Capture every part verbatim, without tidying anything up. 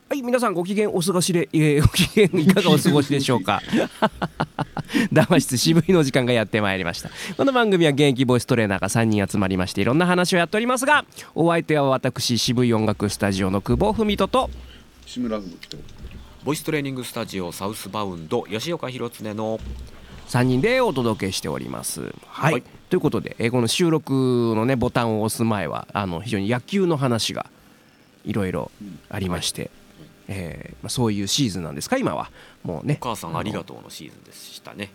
はい、皆さんご機嫌お過ごしで、えー、ご機嫌いかがお過ごしでしょうか。談話室渋いの時間がやってまいりました。この番組は現役ボイストレーナーがさんにん集まりましていろんな話をやっておりますが、お相手は私渋い音楽スタジオの久保文人と志村吹雪とボイストレーニングスタジオサウスバウンド吉岡弘恒のさんにんでお届けしております。はい、 はい、 ということで、えー、この収録のねボタンを押す前はあの非常に野球の話がいろいろありまして、うん、はい、えーまあ、そういうシーズンなんですか今はもうね。 お母さんありがとうのシーズンでしたね。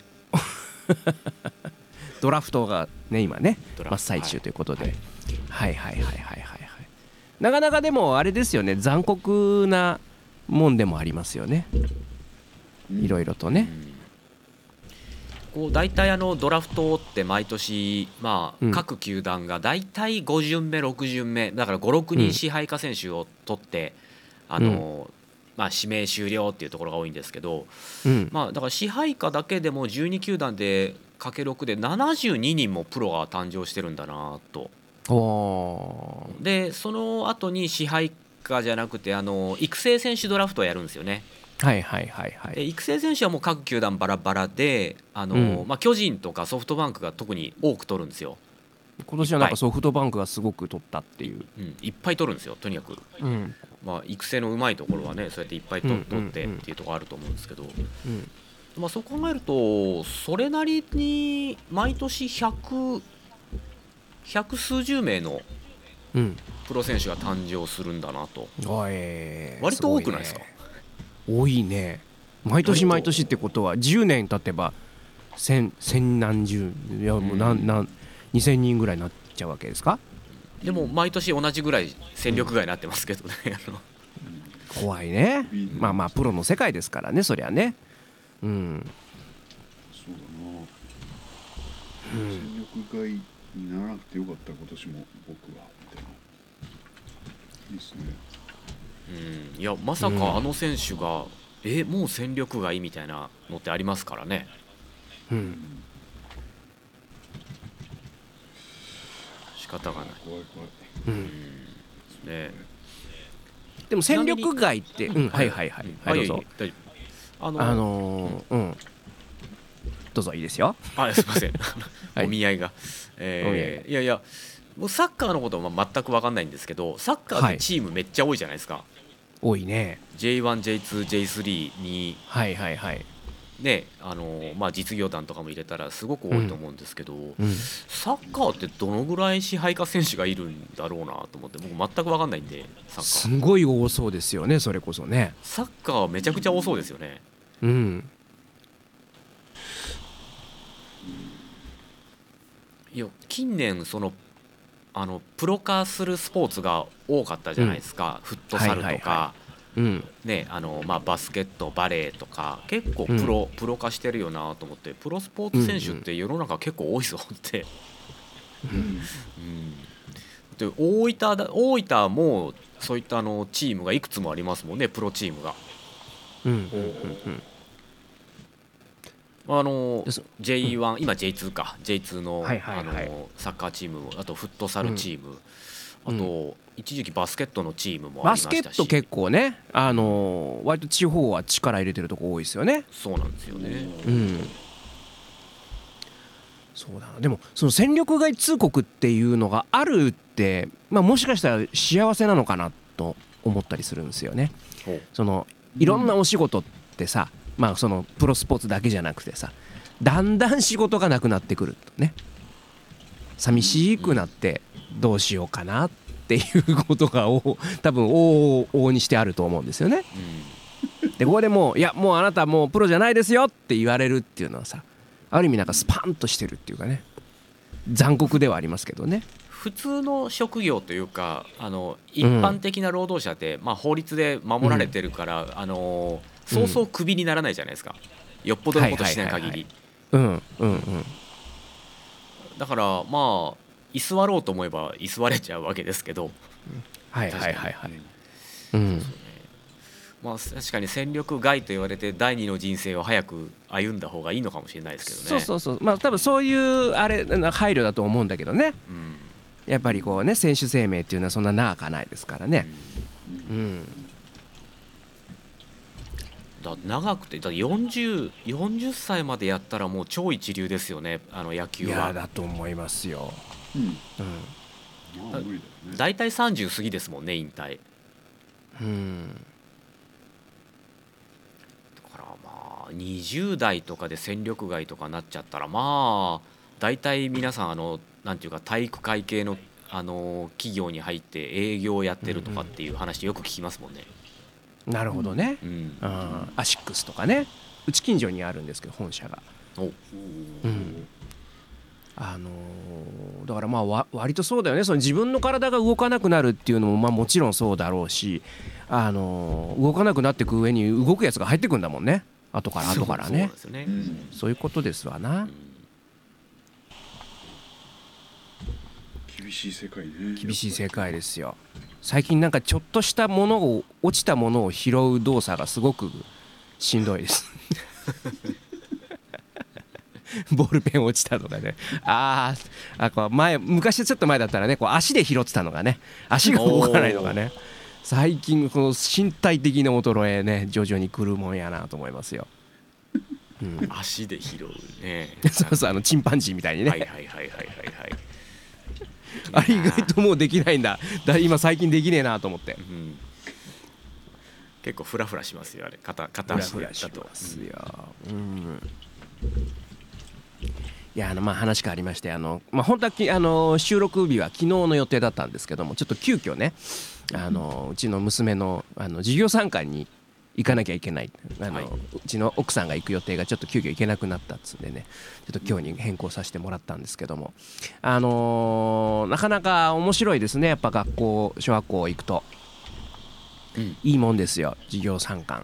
ドラフトがね今ね真っ最中ということで、はい、はいはいはいはいはいはい。なかなかでもあれですよね、残酷なもんでもありますよね、いろいろとね。 うん、こう大体あのドラフトって毎年、まあ、各球団が大体ご巡目ろく巡目だからごろくにん支配下選手を取って、うん、あの、うん、まあ、指名終了っていうところが多いんですけど、うん、まあ、だから支配下だけでもじゅうに球団でかけろくでななじゅうににんもプロが誕生してるんだなと。でその後に支配下じゃなくてあの育成選手ドラフトをやるんですよね。 はいはいはいはい。 で育成選手はもう各球団バラバラであの、うん、まあ、巨人とかソフトバンクが特に多く取るんですよ。 今年はなんかソフトバンクがすごく取ったっていう、 うん、いっぱい取るんですよとにかく、うん、まあ、育成のうまいところはねそうやっていっぱい取ってっていうところあると思うんですけど、うん、まあ、そう考えるとそれなりに毎年ひゃく、百数十名のプロ選手が誕生するんだなと、うん、割と多くないですか？ 多いね。毎年毎年ってことはじゅうねん経てば千、千何十、いやもう何、何、にせんにんぐらいになっちゃうわけですか？ でも毎年同じぐらい戦力外になってますけどね、 うん、怖いね。まあまあプロの世界ですからねそりゃね。うん、 そうだな、うん、戦力外にならなくてよかった今年も僕はみたいな。いいですね。 うん、いやまさかあの選手が、うん、えもう戦力外みたいなのってありますからね。うん、仕方がない。 怖い怖い。 うん、ね。でも戦力外って、うん、はいはいはい、はい、どうぞ。あのー、あのー、うん、どうぞいいですよ。 あ、すいません。お見合いが、えー、いやいやもうサッカーのことは全く分かんないんですけど、サッカーってチームめっちゃ多いじゃないですか。はい、 多いね。 ジェイワン、ジェイツー、ジェイスリー に、 はいはいはいね、あのまあ、実業団とかも入れたらすごく多いと思うんですけど、うんうん、サッカーってどのぐらい支配下選手がいるんだろうなと思って僕全く分かんないんで。サッカーすごい多そうですよね。それこそねサッカーはめちゃくちゃ多そうですよね。 うん、 いや近年そのあのプロ化するスポーツが多かったじゃないですか、うん、フットサルとか、はいはいはい、うん、ね、あのまあ、バスケットバレーとか結構プロ、うん、プロ化してるよなと思って、プロスポーツ選手って世の中結構多いぞって、うんうん、で大分だ大分もそういったあのチームがいくつもありますもんね、プロチームが。うんうんうんうんあの ジェイワン、うん、今 ジェイツー か ジェイツー の、はいはいはい、あのサッカーチーム、あとフットサルチーム、うん、あと、うん、一時期バスケットのチームもありましたし。 バスケット結構ね、あの割と地方は力入れてるとこ多いですよね。 そうなんですよね、 うん、そうだな。でもその戦力外通告っていうのがあるって、まあ、もしかしたら幸せなのかなと思ったりするんですよね。そのいろんなお仕事ってさ、うん、まあそのプロスポーツだけじゃなくてさ、だんだん仕事がなくなってくるとね、寂しくなってどうしようかなっていうことが多分往々にしてあると思うんですよね。でここでもういやもうあなたもうプロじゃないですよって言われるっていうのはさ、ある意味なんかスパンとしてるっていうかね、残酷ではありますけどね。 普通の職業というか、あの一般的な労働者って、うん、まあ、法律で守られてるから、うん、あのそうそうクビにならないじゃないですか、よっぽどのことしない限り。だからまあ居座ろうと思えば居座れちゃうわけですけど、 はいはいはいはい、 まあ、確かに戦力外と言われて第二の人生を早く歩んだ方がいいのかもしれないですけどね。 そうそうそう、まあ多分そういうあれ配慮だと思うんだけどね、うん、やっぱりこうね選手生命っていうのはそんな長かないですからね。うん、うん、 だ長くてだよんじゅう、よんじゅっさいまでやったらもう超一流ですよね、あの野球は。 いやだと思いますよ。 うん、 うん、 まあ無理だよね。 だいたいさんじゅう過ぎですもんね、引退。 うん、 だからまあにじゅう代とかで戦力外とかなっちゃったら、まあ大体皆さんあのなんていうか体育会系のあの企業に入って営業をやってるとかっていう話よく聞きますもんね。 なるほどね。 うん、 あアシックスとかね、うち近所にあるんですけど本社が。 おおうーんあのーだからまあわ割とそうだよね。その自分の体が動かなくなるっていうのもまあもちろんそうだろうし、あのー動かなくなっていく上に動くやつが入ってくんだもんね、後から後からね。 そうですよね。 うんそういうことですわな。 厳しい世界ね。 厳しい世界ですよ。最近なんかちょっとしたものを落ちたものを拾う動作がすごくしんどいですボールペン落ちたとかね、あーあこう前昔ちょっと前だったらねこう足で拾ってたのがね、足が動かないのがね、最近この身体的な衰えね徐々に来るもんやなと思いますよ、うん、 足で拾うねそうそう、あのチンパンジーみたいにね、 はいはいはいはいはいはい。 あれ意外ともうできないんだ、だ今最近できねえなと思って、 うん、結構フラフラしますよあれ、片片足でやったと。 フラフラしますよ、うん、いやあのまあ話変わりまして、あの、まあ、本当はきあの収録日は昨日の予定だったんですけども、ちょっと急遽ね、あのうちの娘のあの授業参観に行かなきゃいけない、あの、 はいうちの奥さんが行く予定がちょっと急遽行けなくなったっつうんでね、ちょっと今日に変更させてもらったんですけども、あのーなかなか面白いですね、やっぱ学校小学校行くと、 うんいいもんですよ授業参観。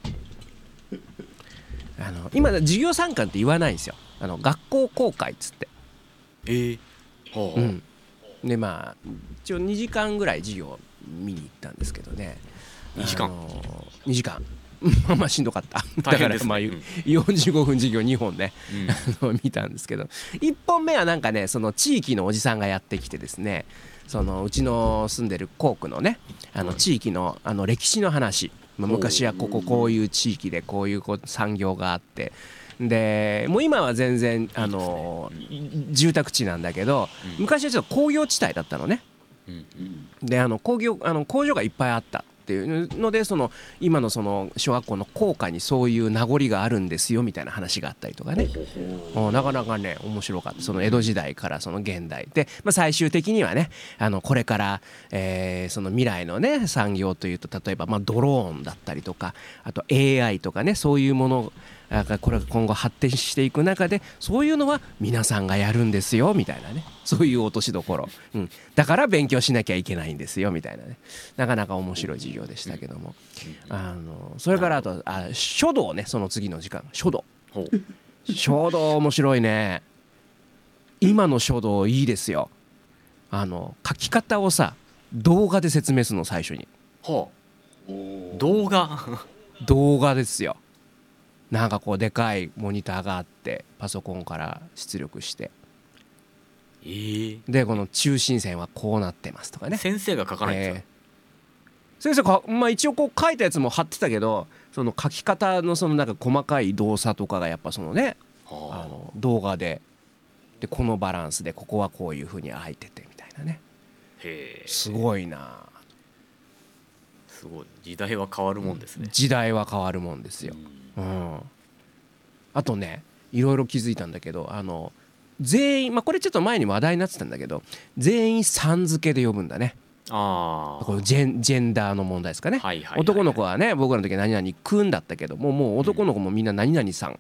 あの今授業参観って言わないんですよ、あの学校公開っつって、 えー、ほうほう、 うんでまあ一応にじかんぐらい授業見に行ったんですけどね、 にじかんあのーにじかんまあまあしんどかった大変ですねだからまあうんよんじゅうごふん授業にほんねうんあの見たんですけど、いっぽんめはなんかねその地域のおじさんがやってきてですね、そのうちの住んでる校区のねあの地域のあの歴史の話、まあ昔はこここういう地域でこういうこう産業があって、でもう今は全然あの住宅地なんだけど、 うん昔はちょっと工業地帯だったのね。 うんうんであの工業あの工場がいっぱいあったっていうので、その今のその小学校の校歌にそういう名残があるんですよみたいな話があったりとかね、おなかなかね面白かった。その江戸時代からその現代で、まあ、最終的にはねあのこれから、えーその未来のね産業というと、例えばまあドローンだったりとか、あと エーアイ とかね、そういうものがこれが今後発展していく中で、そういうのは皆さんがやるんですよみたいなね、そういう落としどころ、うん、だから勉強しなきゃいけないんですよみたいなね、なかなか面白い授業でしたけども、あのそれからあとあ書道ね、その次の時間書道ほう書道面白いね。今の書道いいですよ。あの書き方をさ動画で説明するの、最初にほおうー動画動画ですよ。なんかこうでかいモニターがあってパソコンから出力して、 えー、 でこの中心線はこうなってますとかね、 先生が書かないんですか、 えー先生か、まあ、一応こう書いたやつも貼ってたけど、その書き方のそのなんか細かい動作とかがやっぱそのねあはの動画で、でこのバランスでここはこういう風に開いててみたいなね、 あ、へえ、 すごいな。 すごい時代は変わるもんですね。 時代は変わるもんですよ。うん、あとねいろいろ気づいたんだけど、あの全員、まあ、これちょっと前に話題になってたんだけど、全員さん付けで呼ぶんだね。 ああ、 これジェン、ジェンダーの問題ですかね、 はいはいはいはい、 男の子はね僕らの時は何々くんだったけども、もう男の子もみんな何々さん、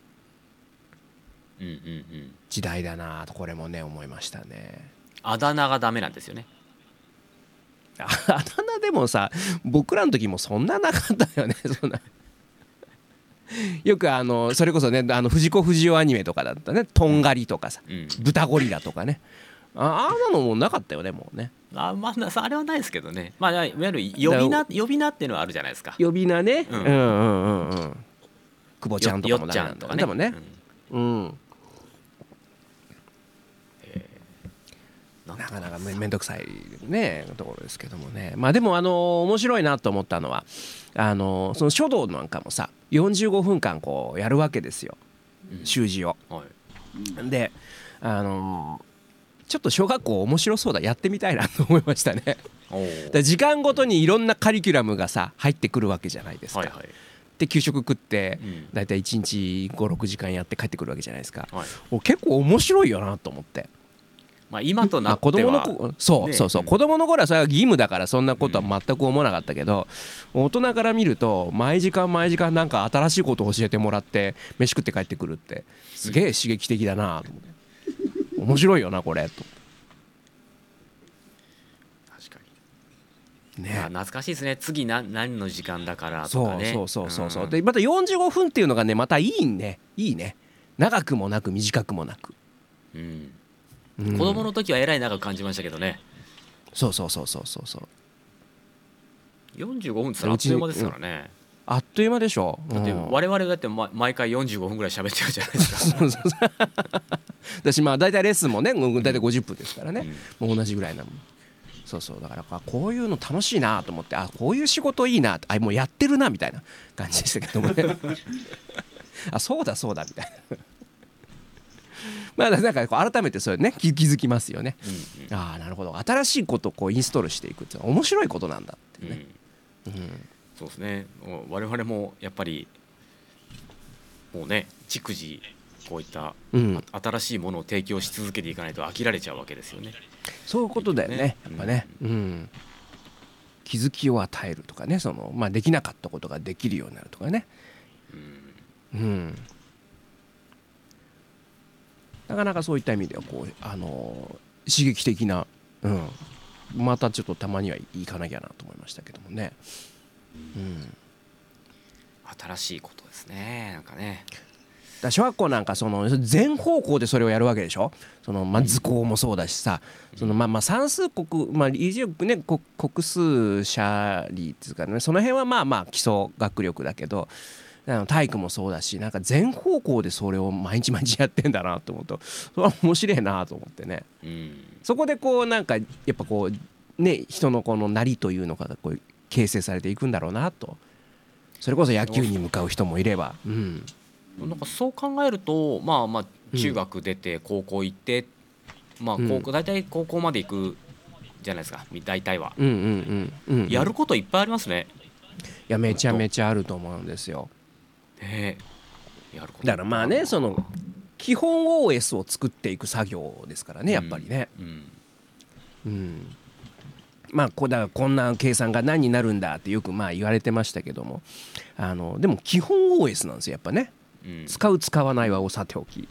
うんうんうん、 時代だなとこれもね思いましたね。 あだ名がダメなんですよね。 あだ名でもさ僕らの時もそんななかったよねそんなよくあのそれこそねあの藤子不二雄アニメとかだったね、とんがりとかさ、 うん、 豚ゴリラとかね、ああんなのもなかったよねもうね。 あまああれはないですけどね、まあいわゆる呼び名呼び名っていうのはあるじゃないですか。 呼び名ね、 ううんん、うんうんうん久保ちゃんとかもダメなんだもんね。うん、 なかなかめんどくさいねところですけどもね。まあでもあの面白いなと思ったのはあのその書道なんかもさよんじゅうごふんかんこうやるわけですよ、習字を、はい、であのちょっと小学校面白そうだ、やってみたいなと思いましたね。だ時間ごとにいろんなカリキュラムがさ入ってくるわけじゃないですか、はいはい、で給食食ってだいたいいちにちごろくじかんやって帰ってくるわけじゃないですか、はい、結構面白いよなと思って。 まあ、今となっては、まあ、子供のそうそうそう、ね、子供の頃はそれは義務だからそんなことは全く思わなかったけど、うん、大人から見ると毎時間毎時間なんか新しいことを教えてもらって飯食って帰ってくるってすげえ刺激的だなと思って面白いよなこれと。 確かにね、懐かしいですね。次何何の時間だからとかね。 そうそうそうそう、うん、でまたよんじゅうごふんっていうのがねまたいいね、いいね、長くもなく短くもなく、 うんうん、子供の時はえらい長く感じましたけどね。 そうそうそうそうそうそう、 よんじゅうごふんって言ったらあっという間ですからね、 うん、あっという間でしょ、 だって我々だって毎回よんじゅうごふんぐらい喋ってるじゃないですかそうそうそう私まあ大体レッスンもね大体ごじゅっぷんですからね、うん、もう同じぐらいなもん。そうそう、だからこういうの楽しいなと思って、あこういう仕事いいな、あもうやってるなみたいな感じでしたけどもねあそうだそうだみたいなまあなんかこう改めてそれね気づきますよね、うんうん、ああなるほど、新しいことをこうインストールしていくっていうのは面白いことなんだってね、うんうん、 そうですね。我々もやっぱりもうね逐次こういった、うん、新しいものを提供し続けていかないと飽きられちゃうわけですよね。 そういうことだよね、ねやっぱね、うんうん、気づきを与えるとかね、その、まあ、できなかったことができるようになるとかね、うんうん、なかなかそういった意味ではこう、あのー、刺激的な、うん、またちょっとたまには行かなきゃなと思いましたけどもね、うん、 新しいことですね。なんかねだ小学校なんかその全方向でそれをやるわけでしょ。そのまあ図工もそうだしさ、そのまあまあ算数国まあ一応ね国数社理っていうかね、その辺はまあまあ基礎学力だけど、体育もそうだし、なんか全方向でそれを毎日毎日やってんだなと思うと、それは面白いなと思ってね、うん、そこでこうなんかやっぱこうね人のこのなりというのがこう形成されていくんだろうなと。それこそ野球に向かう人もいれば、うん、 なんかそう考えると、まあまあ中学出て高校行って、うん、まあ高校大体高校まで行くじゃないですか、大体は、うんうんうんうん、やることいっぱいありますね。 いやめちゃめちゃあると思うんですよ。 ね、やることだからまあね、その基本 オーエス を作っていく作業ですからね、やっぱりね、うんうんうん、まあこだからこんな計算が何になるんだってよくまあ言われてましたけども、あのでも基本 オーエス なんですよやっぱね、うん、使う使わないはおさておき。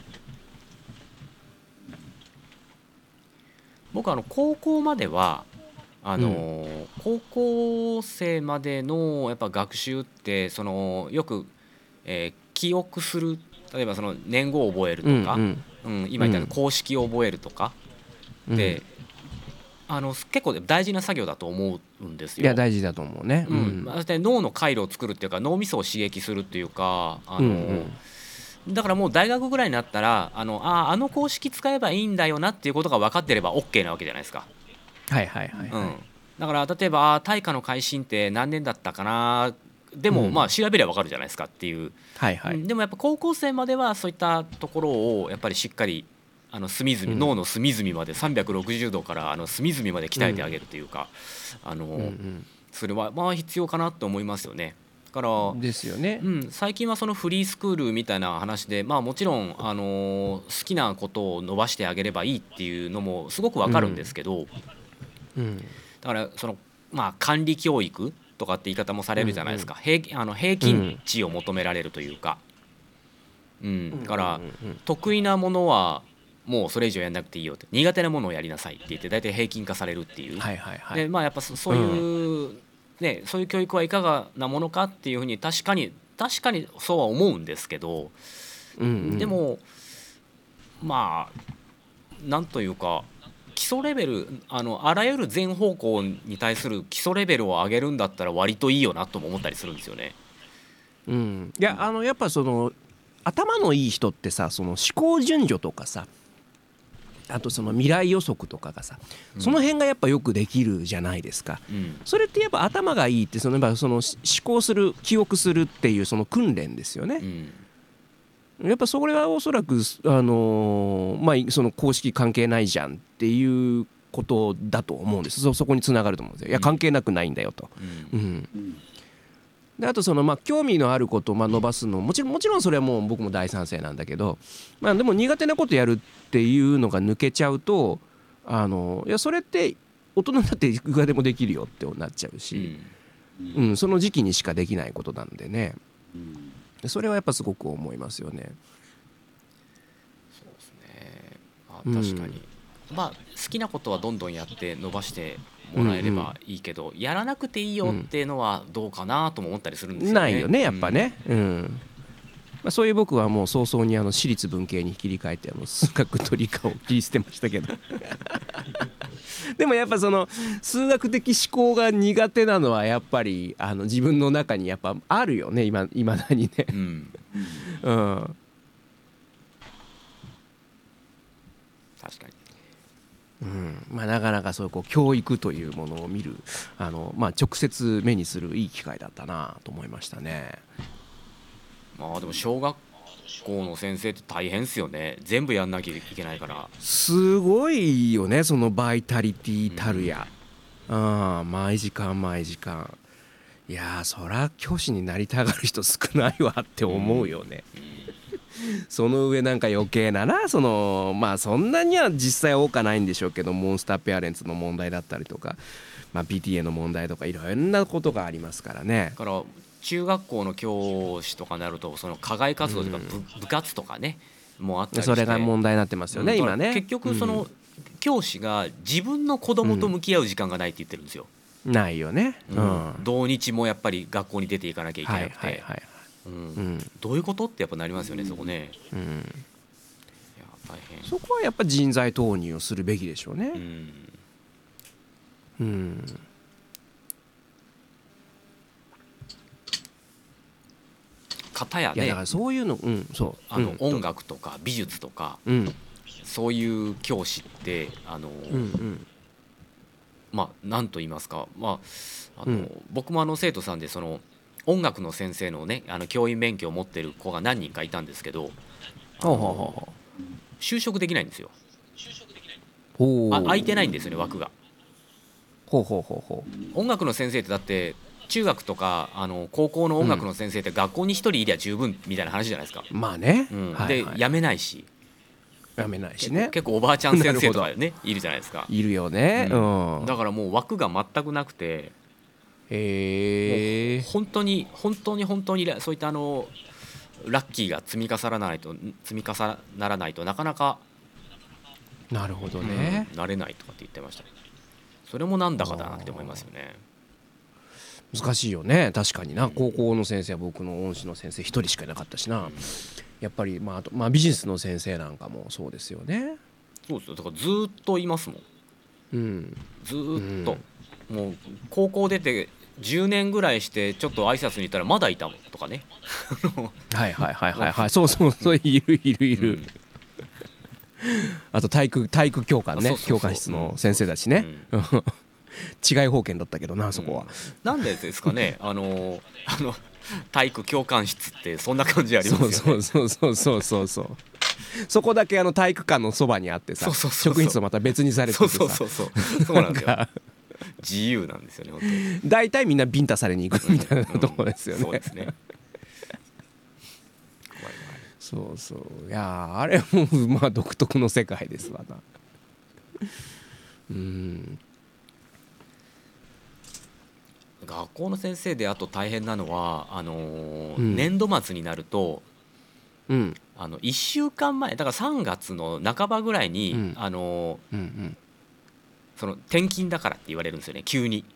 僕あの高校まではあのーうん、高校生までのやっぱ学習ってそのよく、えー、記憶する、例えばその年号を覚えるとか、うんうんうん、今言ったような公式を覚えるとか、うん、であの結構大事な作業だと思うんですよ。 いや大事だと思うね、 うんうん、脳の回路を作るっていうか脳みそを刺激するっていうか、あの、うんうん、だからもう大学ぐらいになったらあのああの公式使えばいいんだよなっていうことが分かってれば OK なわけじゃないですか。 はいはいはい、はい、うん、 だから例えば大化の改新って何年だったかな、でもまあ調べれば分かるじゃないですかっていう、うんはいはい、でもやっぱ高校生まではそういったところをやっぱりしっかりあの隅々、うん、脳の隅々までさんびゃくろくじゅうどからあの隅々まで鍛えてあげるというか、うん、あの、うんうん、それはまあ必要かなと思いますよね。だからですよね、 うん、最近はそのフリースクールみたいな話で、まあ、もちろん、あの好きなことを伸ばしてあげればいいっていうのもすごく分かるんですけど、うんうん、だからその、まあ、管理教育とかって言い方もされるじゃないですか、うんうん、平, あの平均値を求められるというか、うん、だから得意なものはもうそれ以上やんなくていいよって、苦手なものをやりなさいって言って大体平均化されるっていう、はいはいはい、でまあやっぱそういう、うんね、そういう教育はいかがなものかっていうふうに確かに確かにそうは思うんですけど、うんうん、でもまあなんというか基礎レベル あのあらゆる全方向に対する基礎レベルを上げるんだったら割といいよなとも思ったりするんですよね。 うん、いやあのやっぱその頭のいい人ってさ、その思考順序とかさあとその未来予測とかがさ、その辺がやっぱよくできるじゃないですか、うん、それってやっぱ頭がいいってそのやっぱその思考する記憶するっていうその訓練ですよね、うん、やっぱそれはおそらくあのー、まあその公式関係ないじゃんっていうことだと思うんです。 そ, そこにつながると思うんですよ。いや関係なくないんだよと、うんうんうん、であとそのまあ興味のあることをまあ伸ばすのもちろんもちろんそれはもう僕も大賛成なんだけど、まあでも苦手なことやるっていうのが抜けちゃうとあのいやそれって大人になっていくらでもできるよってなっちゃうし、うんうん、その時期にしかできないことなんでね、うん、それはやっぱすごく思いますよね。 そうですね、あ確かに、うん、まあ好きなことはどんどんやって伸ばしてもらえればいいけど、うんうん、やらなくていいよっていうのはどうかなとも思ったりするんですよね。 ないよねやっぱね、うんうんまあ、そういう僕はもう早々にあの私立文系に切り替えてあの数学と理科を切り捨てましたけどでもやっぱその数学的思考が苦手なのはやっぱりあの自分の中にやっぱあるよね今いまだにね、うんうん、 確かに、 うんまあ、なかなかそういうこう教育というものを見るあの、まあ、直接目にするいい機会だったなと思いましたね。 まあでも小学校の先生って大変ですよね。全部やんなきゃいけないから。 すごいよねそのバイタリティたるや、うん、あ毎時間毎時間いやーそら教師になりたがる人少ないわって思うよね、うんうん、その上なんか余計ななそのまあそんなには実際多かないんでしょうけどモンスターペアレンツの問題だったりとか、まあ、ピーティーエー の問題とかいろんなことがありますからね。 だから中学校の教師とかになるとその課外活動とか 部,、うん、部活とかねもうあったりしてそれが問題になってますよね、うん、今ね。 結局その教師が自分の子供と向き合う時間がないって言ってるんですよ、 うん、ないよね、 うんうん、土日もやっぱり学校に出ていかなきゃいけなくて、はいはいはいうんうん、どういうことってやっぱなりますよね、うん、そこね、うん、いや大変。そこはやっぱ人材投入をするべきでしょうね。うん、うん片やね、 いやだからそういうの、うん、そうあの、うん、音楽とか美術とか、うん、そういう教師ってあの、うんうん、まあ何と言いますか、まああの、うん、僕もあの生徒さんでその音楽の先生のねあの教員免許を持ってる子が何人かいたんですけど、あの就職できないんですよ。あ空いてないんですよね枠が。 ほうほうほうほう。音楽の先生ってだって中学とかあの高校の音楽の先生って学校に一人いりゃ十分みたいな話じゃないですか。 まあね、 うん、で、はいはい、辞めないし辞めないしね結構おばあちゃん先生とかねいるじゃないですか。 いるよね、うんうん、だからもう枠が全くなくて、 へえ本当に本当に本当にそういったあのラッキーが積み重ならないと積み重ならないとなかなかなるほどね、 うん、なれないとかって言ってました。それもなんだかだなって思いますよね。 難しいよね確かにな。高校の先生は僕の恩師の先生一人しかいなかったしな、うん、やっぱり、まあ、あと、まあ、ビジネスの先生なんかもそうですよね。 そうですよ、だからずっといますもん、うん、ずっと、うん、もう高校出てじゅうねんぐらいしてちょっと挨拶に行ったらまだいたもんとかねはいはいはいはいはいそうそうそういるいるいる、うん、あと体育体育教官ね、そうそうそう教官室の先生だしね、うん違い保険だったけどなそこは、うん、 なんでですかねあのあの体育教官室ってそんな感じありますよね。 そうそうそうそうそうそうそこだけあの体育館のそばにあってさ、そうそうそうそう職員室とまた別にされててさ、 そうそうそうそうそうなんですよ自由なんですよね本当に。 大体みんなビンタされに行くみたいなところですよね、うんうん、そうですねそうそういやあれもまあ独特の世界ですわなうん学校の先生であと大変なのはあのーうん、年度末になると、うん、あのいっしゅうかんまえだからさんがつの半ばぐらいに、うん、あのーうんうん、その転勤だからって言われるんですよね急に。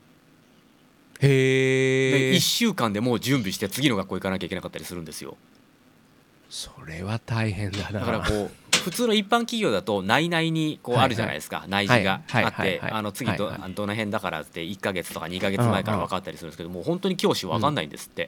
へえ。 いっしゅうかんでもう準備して次の学校行かなきゃいけなかったりするんですよ。 それは大変だな。 だからこう普通の一般企業だと内々にこうあるじゃないですか、はいはい、内示があってあの次 ど,、はいはい、どの辺だからっていっかげつとかにかげつまえから分かったりするんですけどもう本当に教師分かんないんですって、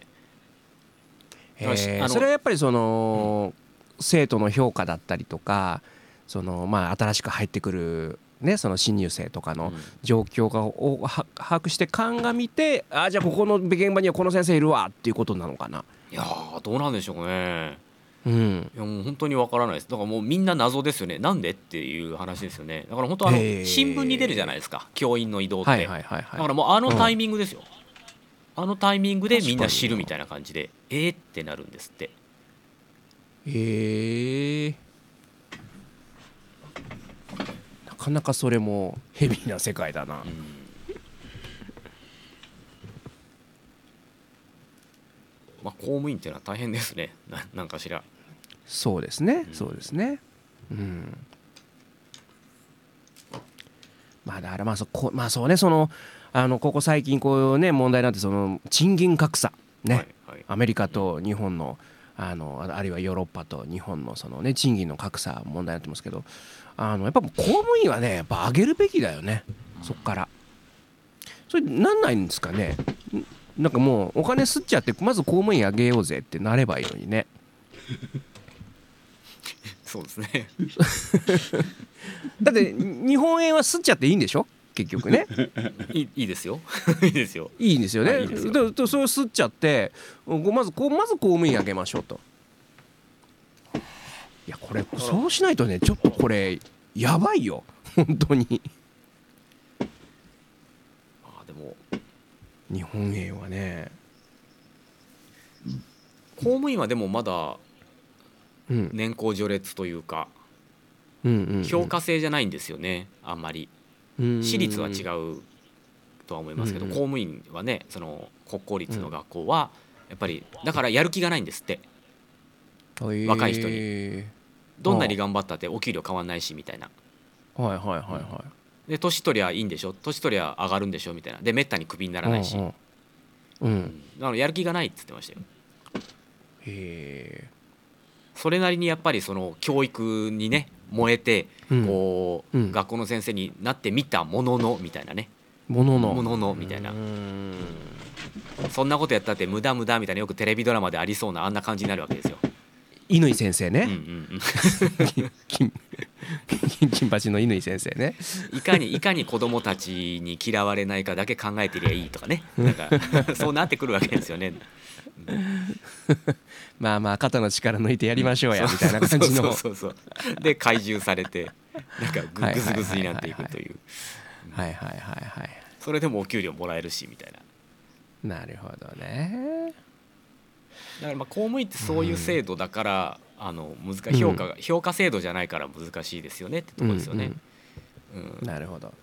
うん、へそれはやっぱりその、うん、生徒の評価だったりとかそのまあ新しく入ってくるねその新入生とかの状況がを把握して鑑みて、あじゃあここの現場にはこの先生いるわっていうことなのかな。 いやーどうなんでしょうね。 うん、 いやもう本当にわからないです。だからもうみんな謎ですよね。なんでっていう話ですよね。だから本当あの新聞に出るじゃないですか、教員の移動って、 はいはいはいはい、 だからもうあのタイミングですよ、うん、あのタイミングでみんな知るみたいな感じでえーってなるんですって。 へえ、なかなかそれもヘビーな世界だな、うん、 まあ、公務員っていうのは大変ですね。な, なんかしらそうですね、うん、そうですね、うん、まあだからまあそこまあそうねそのあのここ最近こうね問題になってその賃金格差ね、はいはい、アメリカと日本のあのあるいはヨーロッパと日本のそのね賃金の格差問題になってますけど、あのやっぱ公務員はねやっぱ上げるべきだよね、うん、そっからそれなんないんですかね。なんかもうお金吸っちゃってまず公務員上げようぜってなればいいのにねそうですねだって日本円は吸っちゃっていいんでしょ結局ねいい、いいですよいいですよいいんですよね、はい、いいですよ。だそれを吸っちゃってまずこうまず公務員上げましょうと。いやこれそうしないとねちょっとこれやばいよ本当に。 あでも日本円はね公務員はでもまだ年功序列というか、うんうんうんうん、評価制じゃないんですよねあんまり。私立は違うとは思いますけど、うんうん、公務員はねその国公立の学校はやっぱりだからやる気がないんですって、うん、若い人にどんなに頑張ったってお給料変わんないしみたいな。 はいはいはいはい。 で年取りゃいいんでしょ年取りゃ上がるんでしょみたいな。でめったにクビにならないし、うんうん、だからやる気がないって言ってましたよ。 へえ。 それなりにやっぱりその教育にね燃えてこう、うん、学校の先生になってみたもののみたいなねもののもののみたいな、うんそんなことやったって無駄無駄みたいなよくテレビドラマでありそうなあんな感じになるわけですよ。 乾先生ね、うんうんうん、金, 金八の乾先生ね。 いかにいかに子供たちに嫌われないかだけ考えてりゃいいとかねなんかそうなってくるわけですよね。 まあまあ肩の力抜いてやりましょうやみたいな感じのそうそうそうそうで懐柔されてなんかググズグズになっていくという。 はいはいはいはい。 それでもお給料もらえるしみたいな。なるほどね。 だからまあ公務員ってそういう制度だから、うん、あの難しい評価が、うん、評価制度じゃないから難しいですよねってところですよね。 うんうんうん、なるほど。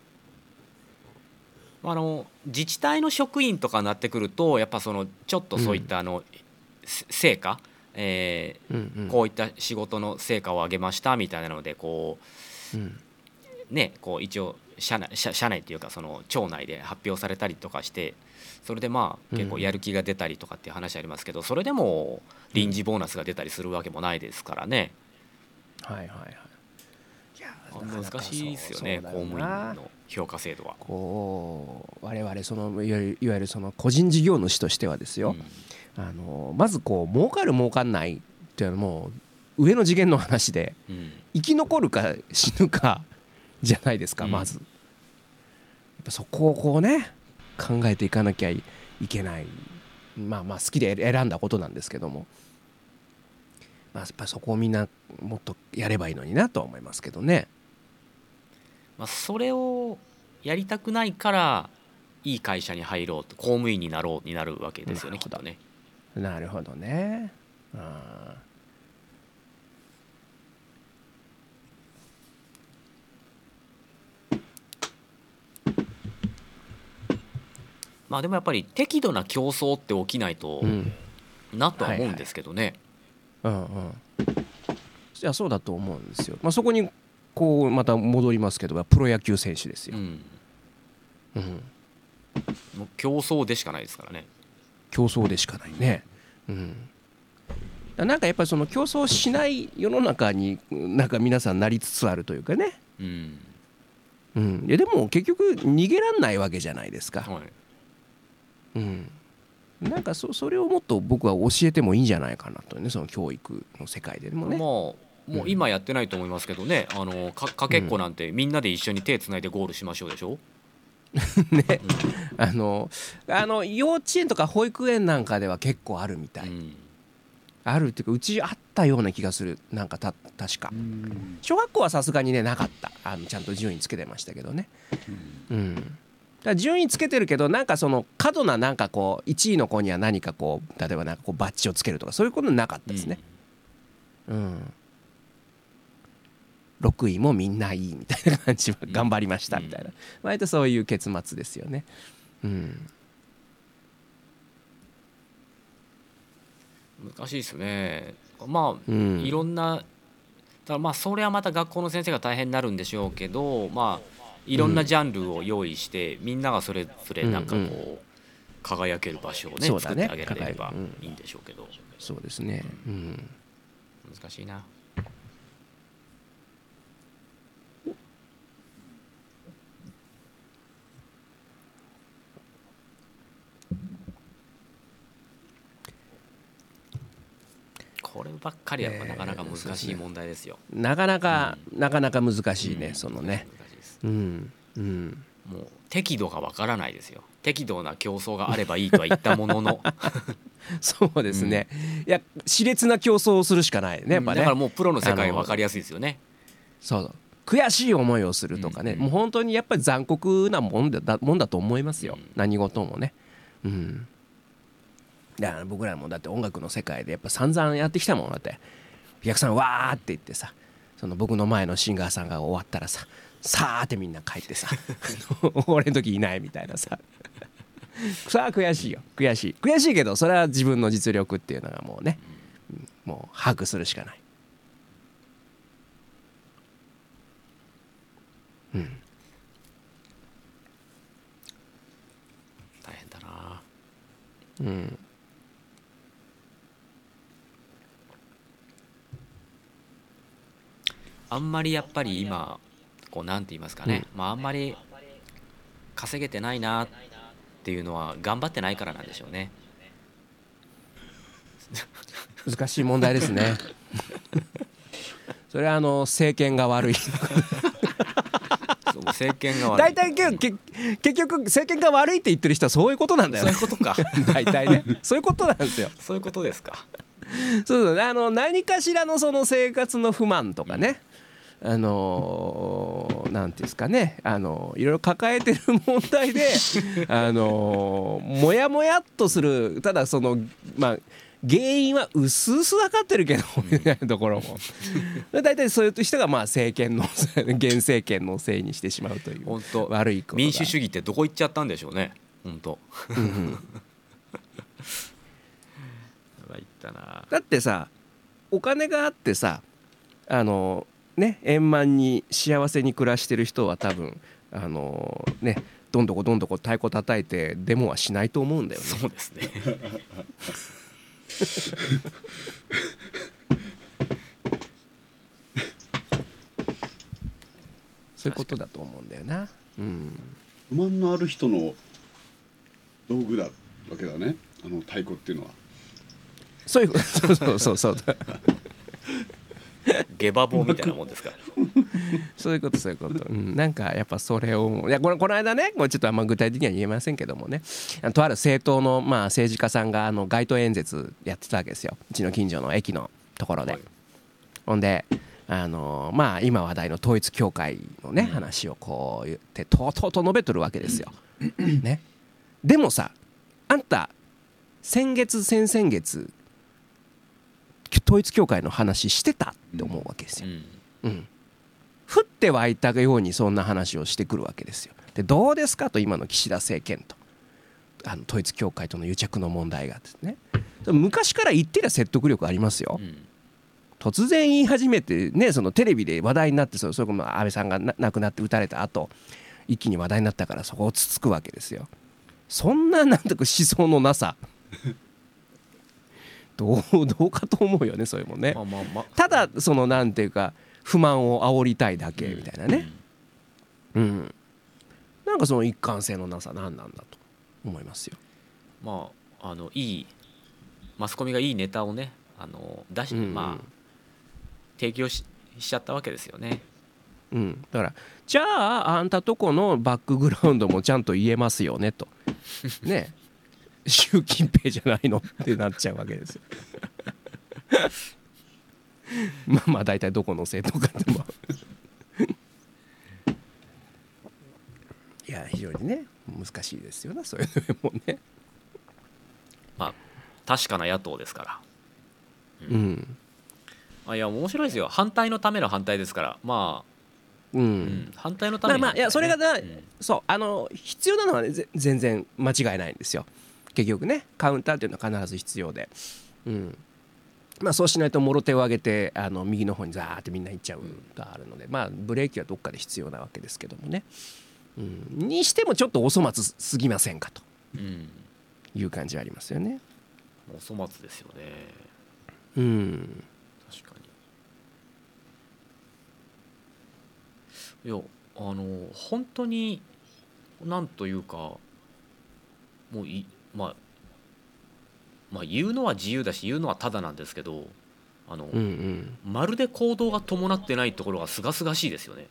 あの自治体の職員とかになってくるとやっぱそのちょっとそういったあの、うん、成果、えーうんうん、こういった仕事の成果を上げましたみたいなのでこう、うん、ねこう一応社内、社、社内っていうかその庁内で発表されたりとかしてそれでまあ結構やる気が出たりとかっていう話ありますけど、それでも臨時ボーナスが出たりするわけもないですからね。 はいはいはい。 いや難しいですよね公務員の評価制度は。 こう我々そのいわゆる、いわゆるその個人事業主としてはですよ、うん、あのまずこう儲かる儲かんないっていうのも上の次元の話で、うん、生き残るか死ぬかじゃないですか、うん、まずやっぱそこをこうね考えていかなきゃいけない。まあまあ好きで選んだことなんですけども、まあ、やっぱそこをみんなもっとやればいいのになとは思いますけどね。 まあ、それをやりたくないからいい会社に入ろうと公務員になろうになるわけですよねきっとね。 なるほどね。あまあでもやっぱり適度な競争って起きないと、うん、なとは思うんですけどね。 はいはい、うんうん。いやそうだと思うんですよ。まあ、そこにこうまた戻りますけどプロ野球選手ですよ。うんうん、もう競争でしかないですからね。 競争でしかないね。うん、なんかやっぱりその競争しない世の中になんか皆さんなりつつあるというかね。うんうん、いやでも結局逃げらんないわけじゃないですか。はいうん、なんか そ, それをもっと僕は教えてもいいんじゃないかなとねその教育の世界でもね。 ももう今やってないと思いますけどね、あのかかけっこなんてみんなで一緒に手つないでゴールしましょうでしょ。 ね、うん、あのあの幼稚園とか保育園なんかでは結構あるみたい、うん、あるっていうかうちあったような気がする。なんかた確か小学校はさすがにねなかった。あのちゃんと順位つけてましたけどね、うん、うん、だから順位つけてるけどなんかその過度ななんかこういちいの子には何かこう例えばなんかこうバッジをつけるとかそういうことなかったですね、うん、うん、ろくいもみんないいみたいな感じは頑張りましたみたいな、割とそういう結末ですよね、うん、 難しいですね。まあ、うん、いろんなだまあそれはまた学校の先生が大変になるんでしょうけど、まあいろんなジャンルを用意して、うん、みんながそれぞれなんかこう、うんうん、輝ける場所をね、作ってあげられればいいんでしょうけど、うん、 そうですね、うん、 難しいな。こればっかりはなかなか難しい問題ですよ、 えー、なかなか、うん、なかなか難しいね、うん、そのね、うんうん、 もう適度がわからないですよ。適度な競争があればいいとは言ったもののそうですね、うん、いや熾烈な競争をするしかないね、やっぱね。 だからもうプロの世界分かりやすいですよね。 そう悔しい思いをするとかね、うんうん、もう本当にやっぱり残酷なもんだ、もんだと思いますよ、うん、何事もね、うん、だから僕らもだって音楽の世界でやっぱ散々やってきたもん。だってお客さんわーって言ってさ、その僕の前のシンガーさんが終わったらささーってみんな帰ってさ俺の時いないみたいなささあ悔しいよ、悔しい悔しいけどそれは自分の実力っていうのがもうね、もう把握するしかない、うん、 大変だな。 うん、 あんまりやっぱり今こうなんて言いますかね、うん、まああんまり稼げてないなっていうのは頑張ってないからなんでしょうね。 難しい問題ですねそれはあの政権が悪いそう政権が悪い。 大体け結局政権が悪いって言ってる人はそういうことなんだよね。 そういうことか大体ねそういうことなんですよ。 そういうことですか。 そうそう、あの何かしらのその生活の不満とかね、うん、あのー、なんていうんですかね、あのいろいろ抱えてる問題であのー、もやもやっとする。ただそのまあ原因はうすうす分かってるけどみたいなところも大体そういう人がまあ政権の現政権のせいにしてしまうという本当悪いことが。 民主主義ってどこ行っちゃったんでしょうね本当うん、うんだってさお金があってさあのね円満に幸せに暮らしてる人は多分あのねどんどこどんどこ太鼓叩いてデモはしないと思うんだよね。 そうですねそういうことだと思うんだよな、うん、 不満のある人の道具だわけだね、あの太鼓っていうのは。 そういうそうそうそうそう下馬棒みたいなもんですからそういうことそういうこと、うん、なんかやっぱそれをいやこのこの間ね、これちょっとあんま具体的には言えませんけどもね、あのとある政党のまあ政治家さんがあの街頭演説やってたわけですよ、うちの近所の駅のところで、はい、ほんであのまあ今話題の統一教会のね、うん、話をこう言ってとうとうと述べとるわけですよ、ね、でもさあんた先月先々月統一教会の話してたって思うわけですよ、うんうん、降って湧いたようにそんな話をしてくるわけですよ。でどうですかと、今の岸田政権とあの統一教会との癒着の問題がですね、昔から言ってりゃ説得力ありますよ、うん、突然言い始めてね、そのテレビで話題になって、それこそ安倍さんが亡くなって撃たれた後一気に話題になったからそこをつつくわけですよ。そんななんとか思想のなさどう、どうかと思うよね、そういうもんね、まあまあまあ、ただそのなんていうか不満を煽りたいだけみたいなね、うん、うん、なんかその一貫性のなさ何なんだと思いますよ。 まああのいいマスコミがいいネタをねあの出し、うんうん、まあ提供 し, しちゃったわけですよね。 うん、だからじゃああんたとこのバックグラウンドもちゃんと言えますよねとね習近平じゃないのってなっちゃうわけですよまあまあ大体どこの政党かでもいや非常にね難しいですよねそういうのもね。 まあ確かな野党ですから、 うん、うん、 あいや面白いですよ。反対のための反対ですからまあうん、うん、 反対のために、ね、 まあまあいやそれが、 うん、 そうあの必要なのは、ね、全然間違いないんですよ結局ね。カウンターっていうのは必ず必要で、うんまあ、そうしないともろ手を挙げてあの右の方にザーってみんな行っちゃうがあるので、まあブレーキはどっかで必要なわけですけどもね、うん、にしてもちょっとお粗末すぎませんかという感じはありますよね。 お粗末ですよね。 うん確かに。いやあの本当になんというかもういまあまあ言うのは自由だし言うのはただなんですけどあの、 うんうん、 まるで行動が伴ってないところがすがすがしいですよね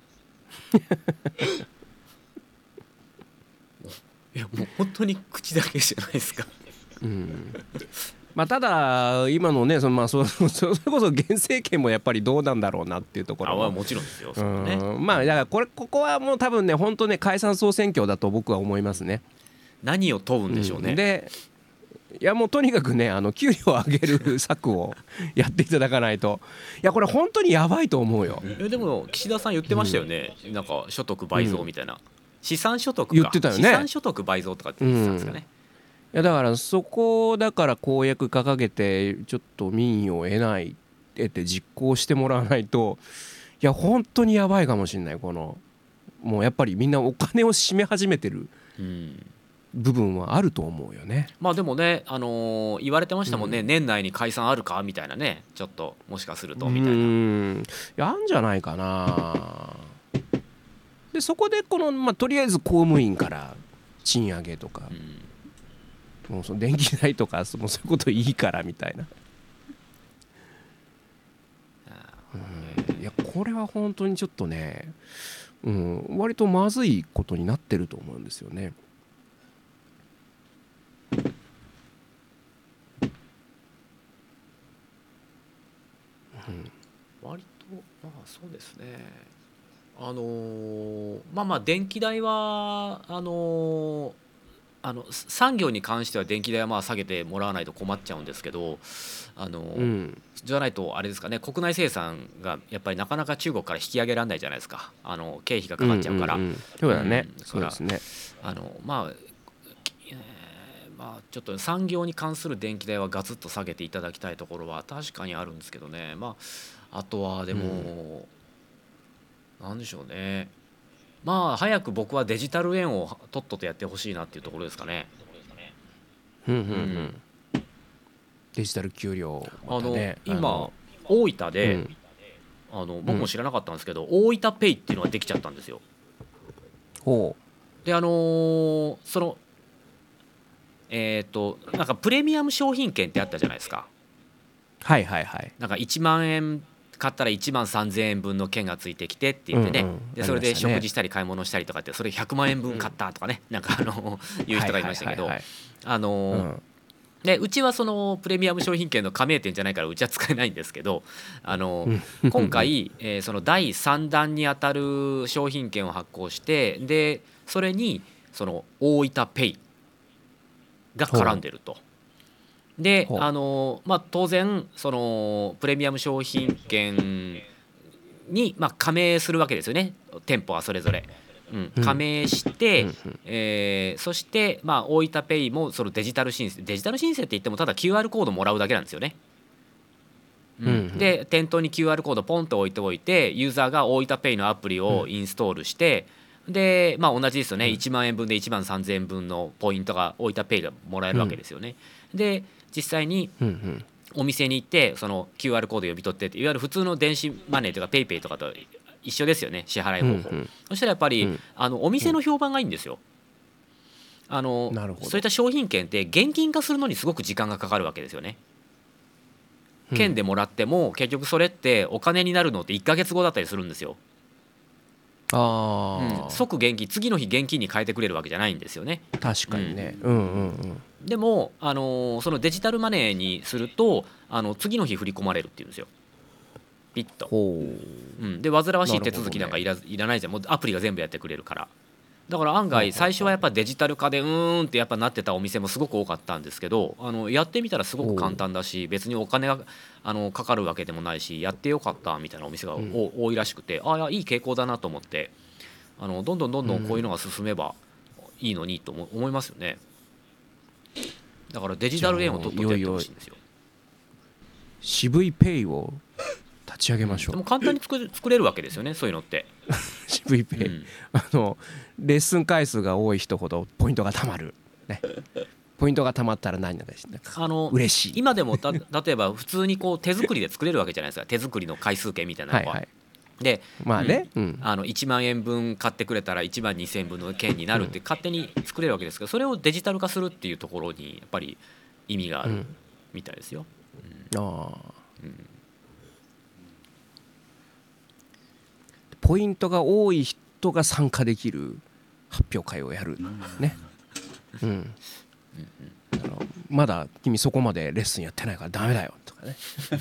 いやもう本当に口だけじゃないですかうんまあ、ただ今のねそのまあそそそれこそ現政権もやっぱりどうなんだろうなっていうところはあもちろんですよ。そうね、 うんまあだからこれここはもう多分ね本当ね解散総選挙だと僕は思いますね。 何を問うんでしょうね、 うん、でいやもうとにかくねあの給料を上げる策をやっていただかないといやこれ本当にやばいと思うよ。 えでも岸田さん言ってましたよね、うん、なんか所得倍増みたいな、うん、資産所得か言ってたよね。 資産所得倍増とかって言ってたんですかね、 うん、いやだからそこだから公約掲げてちょっと民意を得ない得て実行してもらわないといや本当にやばいかもしれない。このもうやっぱりみんなお金を占め始めてる、うん部分はあると思うよね。 まあでもね、あのー、言われてましたもんね、うん、年内に解散あるかみたいなねちょっともしかするとみたいな。うんいやあんじゃないかな。でそこでこの、まあ、とりあえず公務員から賃上げとか、うん、もうその電気代とかもうそういうこといいからみたいな、うん、いやこれは本当にちょっとね、うん、割とまずいことになってると思うんですよね。 うん、割とまあそうですね。あのー、まあまあ電気代はあのー、あの産業に関しては電気代はまあ下げてもらわないと困っちゃうんですけど、あのーうん、じゃないとあれですかね、国内生産がやっぱりなかなか中国から引き上げられないじゃないですか。あの経費がかかっちゃうから。 そうだね。そうですね。 あのまあまあ、ちょっと産業に関する電気代はガツッと下げていただきたいところは確かにあるんですけどね、まあ、あとはでも、うん、なんでしょうね、まあ早く僕はデジタル円をとっととやってほしいなっていうところですかね。 うんうんうん、デジタル給料、 またね、あの今大分で、うん、あの僕も知らなかったんですけど、うん、大分ペイっていうのができちゃったんですよ。 ほうであのー、そのえー、となんかプレミアム商品券ってあったじゃないですか。 はいはいはい。 なんかいちまんえん買ったらいちまんさんぜんえん分の券がついてきてって言ってね、うんうん、でそれで食事したり買い物したりとかってそれひゃくまんえん分買ったとかね、うん、なんかあの言う人がいましたけど、あのでうちはそのプレミアム商品券の加盟店じゃないからうちは使えないんですけど、あの今回、えー、そのだいさんだんにあたる商品券を発行して、でそれにその大分ペイが絡んでると。であの、まあ、当然そのプレミアム商品券に、まあ、加盟するわけですよね、店舗はそれぞれ、うん、加盟して、うんえー、そして、まあ、大分ペイもそのデジタル申請デジタル申請って言ってもただ キューアール コードもらうだけなんですよね。うん、で店頭に キューアール コードポンと置いておいてユーザーが大分ペイのアプリをインストールして、うんでまあ、同じですよね、いちまんえん分でいちまんさんぜんえん分のポイントが大分ペイがもらえるわけですよね。うん、で実際にお店に行ってその キューアール コード読み取ってっていわゆる普通の電子マネーとかペイペイとかと一緒ですよね、支払い方法。うんうん、そしたらやっぱり、うん、あのお店の評判がいいんですよ。あのそういった商品券って現金化するのにすごく時間がかかるわけですよね。 券でもらっても結局それってお金になるのっていっかげつごだったりするんですよ。 あ、 うん、即現金、次の日現金に変えてくれるわけじゃないんですよね。 確かにね、うん、うんうんうんでも、あのーそのデジタルマネーにするとあの次の日振り込まれるっていうんですよ、ピッと。 ほうん、で煩わしい手続きなんかいら,、いらないじゃん、もうアプリが全部やってくれるから。だから案外最初はやっぱデジタル化でうーんってやっぱなってたお店もすごく多かったんですけど、あのやってみたらすごく簡単だし、別にお金があのかかるわけでもないし、やってよかったみたいなお店が、うん、多いらしくて、ああいい傾向だなと思って、あのどんどんどんどんこういうのが進めばいいのにと思いますよね。だからデジタル円を取っといてやってほしいんですよ。 渋いペイを立ち上げましょう。 でも簡単に作れ、作れるわけですよね、そういうのって渋いペイ、うん、あのレッスン回数が多い人ほどポイントがたまる、ね、ポイントがたまったら何なんですか、あの嬉しい。 今でもた例えば普通にこう手作りで作れるわけじゃないですか、手作りの回数券みたいなのは、はいはい、で、 まあね、 うんうん、あのいちまんえんぶん買ってくれたらいちまんにせんえんぶんの券になるって勝手に作れるわけですけど、それをデジタル化するっていうところにやっぱり意味があるみたいですよ、うん、ああ、うん、 ポイントが多い人が参加できる発表会をやるね、うん、あのまだ君そこまでレッスンやってないからダメだよとかね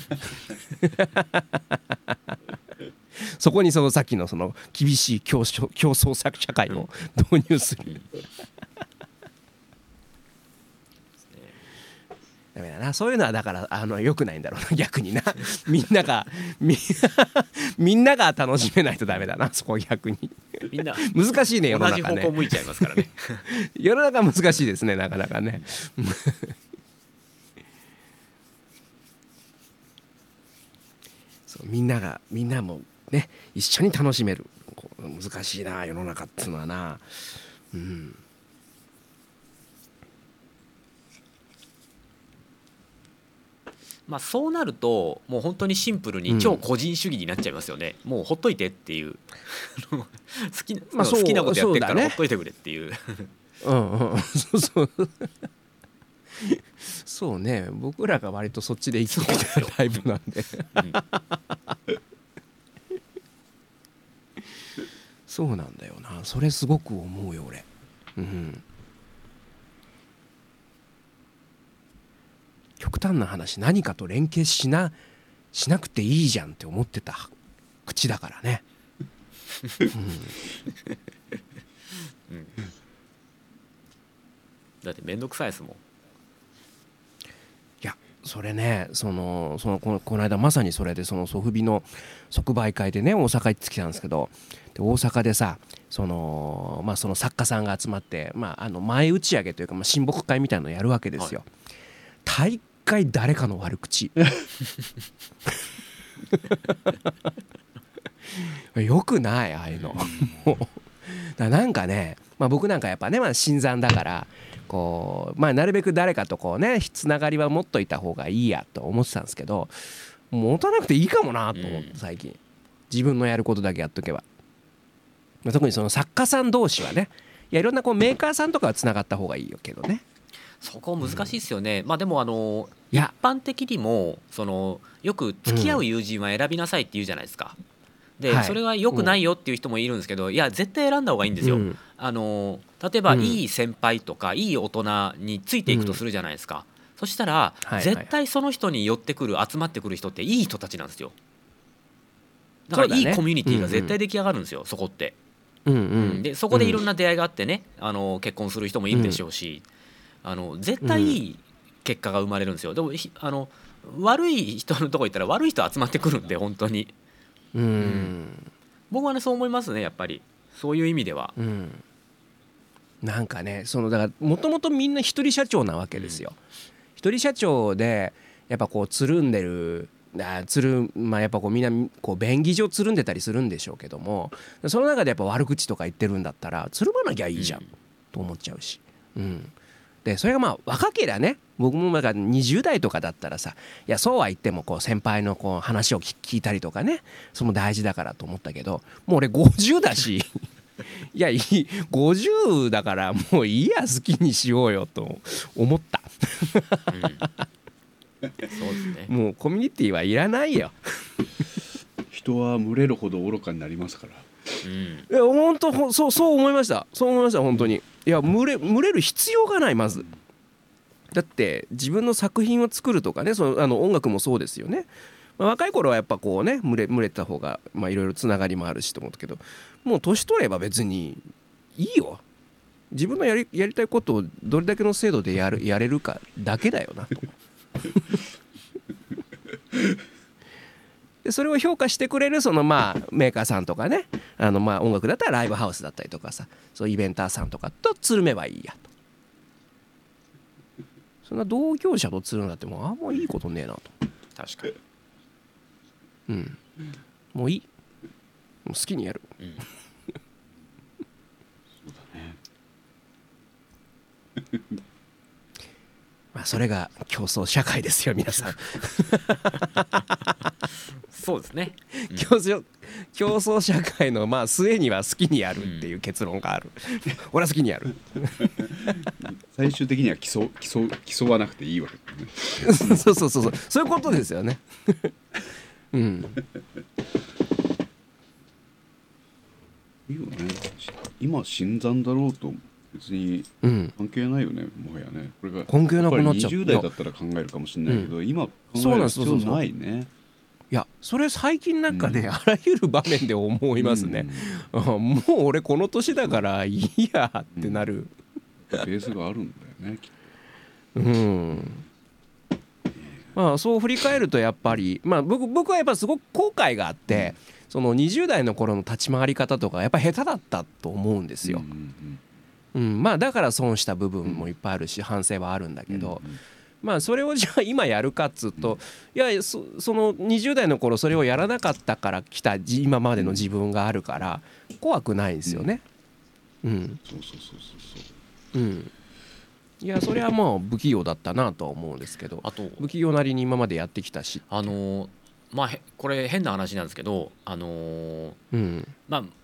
そこにそのさっきのその厳しい競争、競争社会を導入するダメだな、そういうのはだからあの良くないんだろうな、逆になみんながみんなみんなが楽しめないとダメだな、そこ逆にみんな難しいね、世の中ね、 同じ方向向いちゃいますからね世の中難しいですね、なかなかねそうみんながみんなもね一緒に楽しめる、難しいな世の中っていうのはな、うん。 まあ、そうなるともう本当にシンプルに超個人主義になっちゃいますよね、うん、もうほっといてっていう好きな、まあ、好きなことやってるからほっといてくれっていう、 うんうんそうそうそうね、僕らが割とそっちで生きてきたタイプなんでうん、そうなんだよな、それすごく思うよ俺、うん、極端な話、何かと連携しな、しなくていいじゃんって思ってた口だからね、うんうん、だってめんどくさいですもん。いやそれね、そのそのこのこの間まさにそれで、そのソフビの即売会でね大阪行ってきたんですけど、で大阪でさ、そのまあその作家さんが集まって、まああの前打ち上げというか、まあ親睦会みたいなのをやるわけですよ、はい、大回誰かの悪口よくない、ああいうのだなんかね、まあ、僕なんかやっぱね、まあ、新参だからこう、まあ、なるべく誰かとこうねつながりは持っといた方がいいやと思ってたんですけど、持たなくていいかもなと思って最近、自分のやることだけやっとけば、まあ、特にその作家さん同士はね、いやいろんなこうメーカーさんとかはつながった方がいいよけどね、 そこ難しいですよね、うん、まあでもあの一般的にもそのよく付き合う友人は選びなさいって言うじゃないですか、で、はい、それは良くないよっていう人もいるんですけど、いや絶対選んだ方がいいんですよ、うん、あの例えば、うん、いい先輩とかいい大人についていくとするじゃないですか、うん、そしたら、はいはい、絶対その人に寄ってくる集まってくる人っていい人たちなんですよ。だからいいコミュニティが絶対出来上がるんですよ、うんうん、そこって、うんうん、でそこでいろんな出会いがあってね、あの結婚する人もいるでしょうし、うん、あの絶対いい結果が生まれるんですよ。でもあの悪い人のとこ行ったら悪い人集まってくるんで本当に、うんうん、僕はねそう思いますね、やっぱりそういう意味では、うん、 なんかね、そのだからもともとみんな一人社長なわけですよ、うん、一人社長でやっぱこうつるんでるあつるまあやっぱこうみんなこう便宜上つるんでたりするんでしょうけども、その中でやっぱ悪口とか言ってるんだったらつるまなきゃいいじゃん、うん、と思っちゃうし、うん、でそれがまあ若けりゃね、僕もなんかにじゅう代とかだったらさ、いやそうは言ってもこう先輩のこう話を聞いたりとかね、それも大事だからと思ったけど、もう俺ごじゅうだしいやいいごじゅうだからもういいや好きにしようよと思った、うんですね。 もうコミュニティはいらないよ。 人は群れるほど愚かになりますから。 うん、 いや本当そうそう思いましたそう思いました本当に。いや群れ群れる必要がないまず。だって自分の作品を作るとかね、そのあの音楽もそうですよね。まあ、若い頃はやっぱこうね群れ群れた方がまあいろいろつながりもあるしと思ったけど、もう年取れば別にいいよ。自分のやり、やりたいことをどれだけの精度でやるやれるかだけだよなと。でそれを評価してくれるそのまあメーカーさんとかね、あのまあ音楽だったらライブハウスだったりとかさ、そうイベンターさんとかとつるめばいいやと。そんな同業者とつるんだってもうあんまいいことねえなと。 確かに。 うん、もういい。もう好きにやる。 うん、 そうだね。 まあそれが競争社会ですよ皆さん。 そうですね。 うん、競争競争社会のまあ末には好きにやるっていう結論がある。俺は好きにやる。 最終的には競競競わなくていいわけだね。 そうそうそうそうそういうことですよね。うん。 いいよね。今新参だろうと別に関係ないよね、うん、もはやね。これが関係なくなっちゃう。 にじゅう代だったら考えるかもしれないけど、うん、今考える必要ないね。 いやそれ最近なんかね、うん、あらゆる場面で思いますね。うん、もう俺この年だからいいやってなる、うん、 ベースがあるんだよねきっと。うんまあ、そう振り返るとやっぱり、まあ、僕, 僕はやっぱすごく後悔があって、うん、そのにじゅう代の頃の立ち回り方とかやっぱ下手だったと思うんですよ。うんうんうん、まあだから損した部分もいっぱいあるし反省はあるんだけど、うんうん、まあそれをじゃあ今やるかっつうと、いや そ, そのにじゅう代の頃それをやらなかったから来た今までの自分があるから怖くないんですよね。うん、 そうそうそうそうそう。 うん。いやそれはもう不器用だったなとは思うんですけど、 あと不器用なりに今までやってきたし、 あのー、まあこれ変な話なんですけど、あのーうん、まあ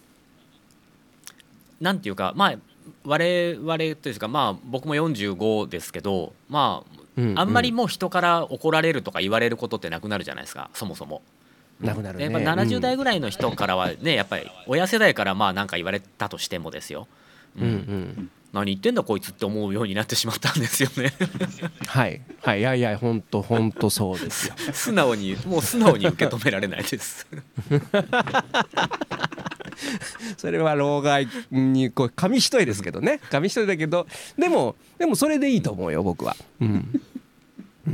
なんていうか、まあ我々というか、まあ僕もよんじゅうごですけど、まあ、うんうん、あんまりもう人から怒られるとか言われることってなくなるじゃないですか、そもそも。 なくなるね。 で、まあ、ななじゅう代ぐらいの人からはね、やっぱり親世代からまあ何か言われたとしてもですよ、うんうんうん、何言ってんだこいつって思うようになってしまったんですよね。 はいはいいやいや本当本当そうですよ。 素直にもう素直に受け止められないです。 それは老害にこう紙一重ですけどね、紙一重だけどでもでもそれでいいと思うよ僕は。うんうん、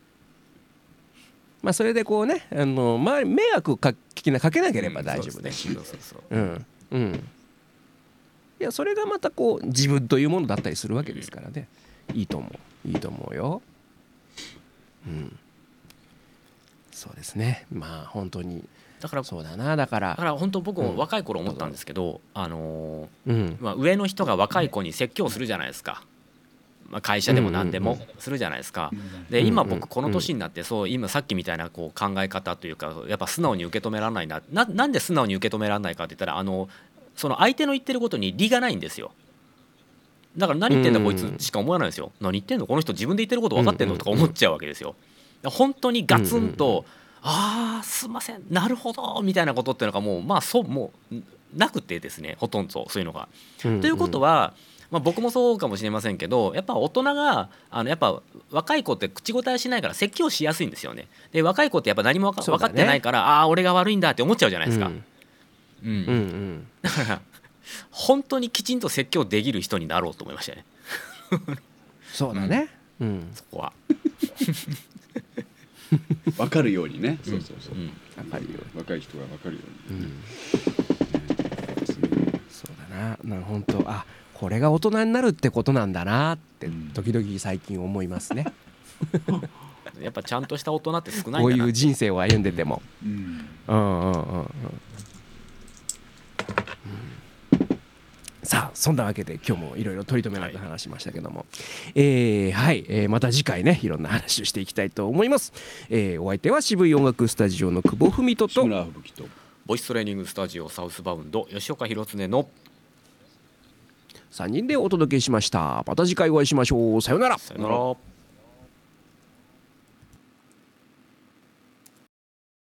まあそれでこうねあの周り迷惑かけなかけなければ大丈夫ですし、うんうんいやそれがまたこう自分というものだったりするわけですからね、いいと思ういいと思うよ。うんそうですね。まあ本当にだからそうだなだからだから本当僕も若い頃思ったんですけど、あのまあ上の人が若い子に説教するじゃないですか。まあ会社でも何でもするじゃないですか。で今僕この年になってそう今さっきみたいなこう考え方というかやっぱ素直に受け止められないな。ななんで素直に受け止められないかって言ったらあのその相手の言ってることに理がないんですよ。だから何言ってんだこいつしか思わないんですよ。何言ってんのこの人自分で言ってること分かってんのとか思っちゃうわけですよ。本当にガツンとあーすいませんなるほどみたいなことっていうのがもうまあそうもうなくてですね、ほとんどそういうのが。ということは、まあ、僕もそうかもしれませんけどやっぱ大人があのやっぱ若い子って口答えしないから説教しやすいんですよね。で若い子ってやっぱ何も分かってないから、ああ俺が悪いんだって思っちゃうじゃないですか。うんうんうん、だから本当にきちんと説教できる人になろうと思いましたね。 そうだね、うん、 そこは分かるようにね、そうそうそう、 うん、分かるように若い人が分かるように、ねうん、そうだな、なんか本当あこれが大人になるってことなんだなって時々最近思いますね。 やっぱちゃんとした大人って少ないんだな。 こういう人生を歩んでても、うん、うんうんうんうんさあそんなわけで今日もいろいろ取り留めなく話しましたけども、はいえーはいえー、また次回ねいろんな話をしていきたいと思います。えー、お相手は渋い音楽スタジオの久保文人とボイストレーニングスタジオサウスバウンド吉岡弘恒のさんにんでお届けしました。また次回お会いしましょう。さよなら。 さよなら。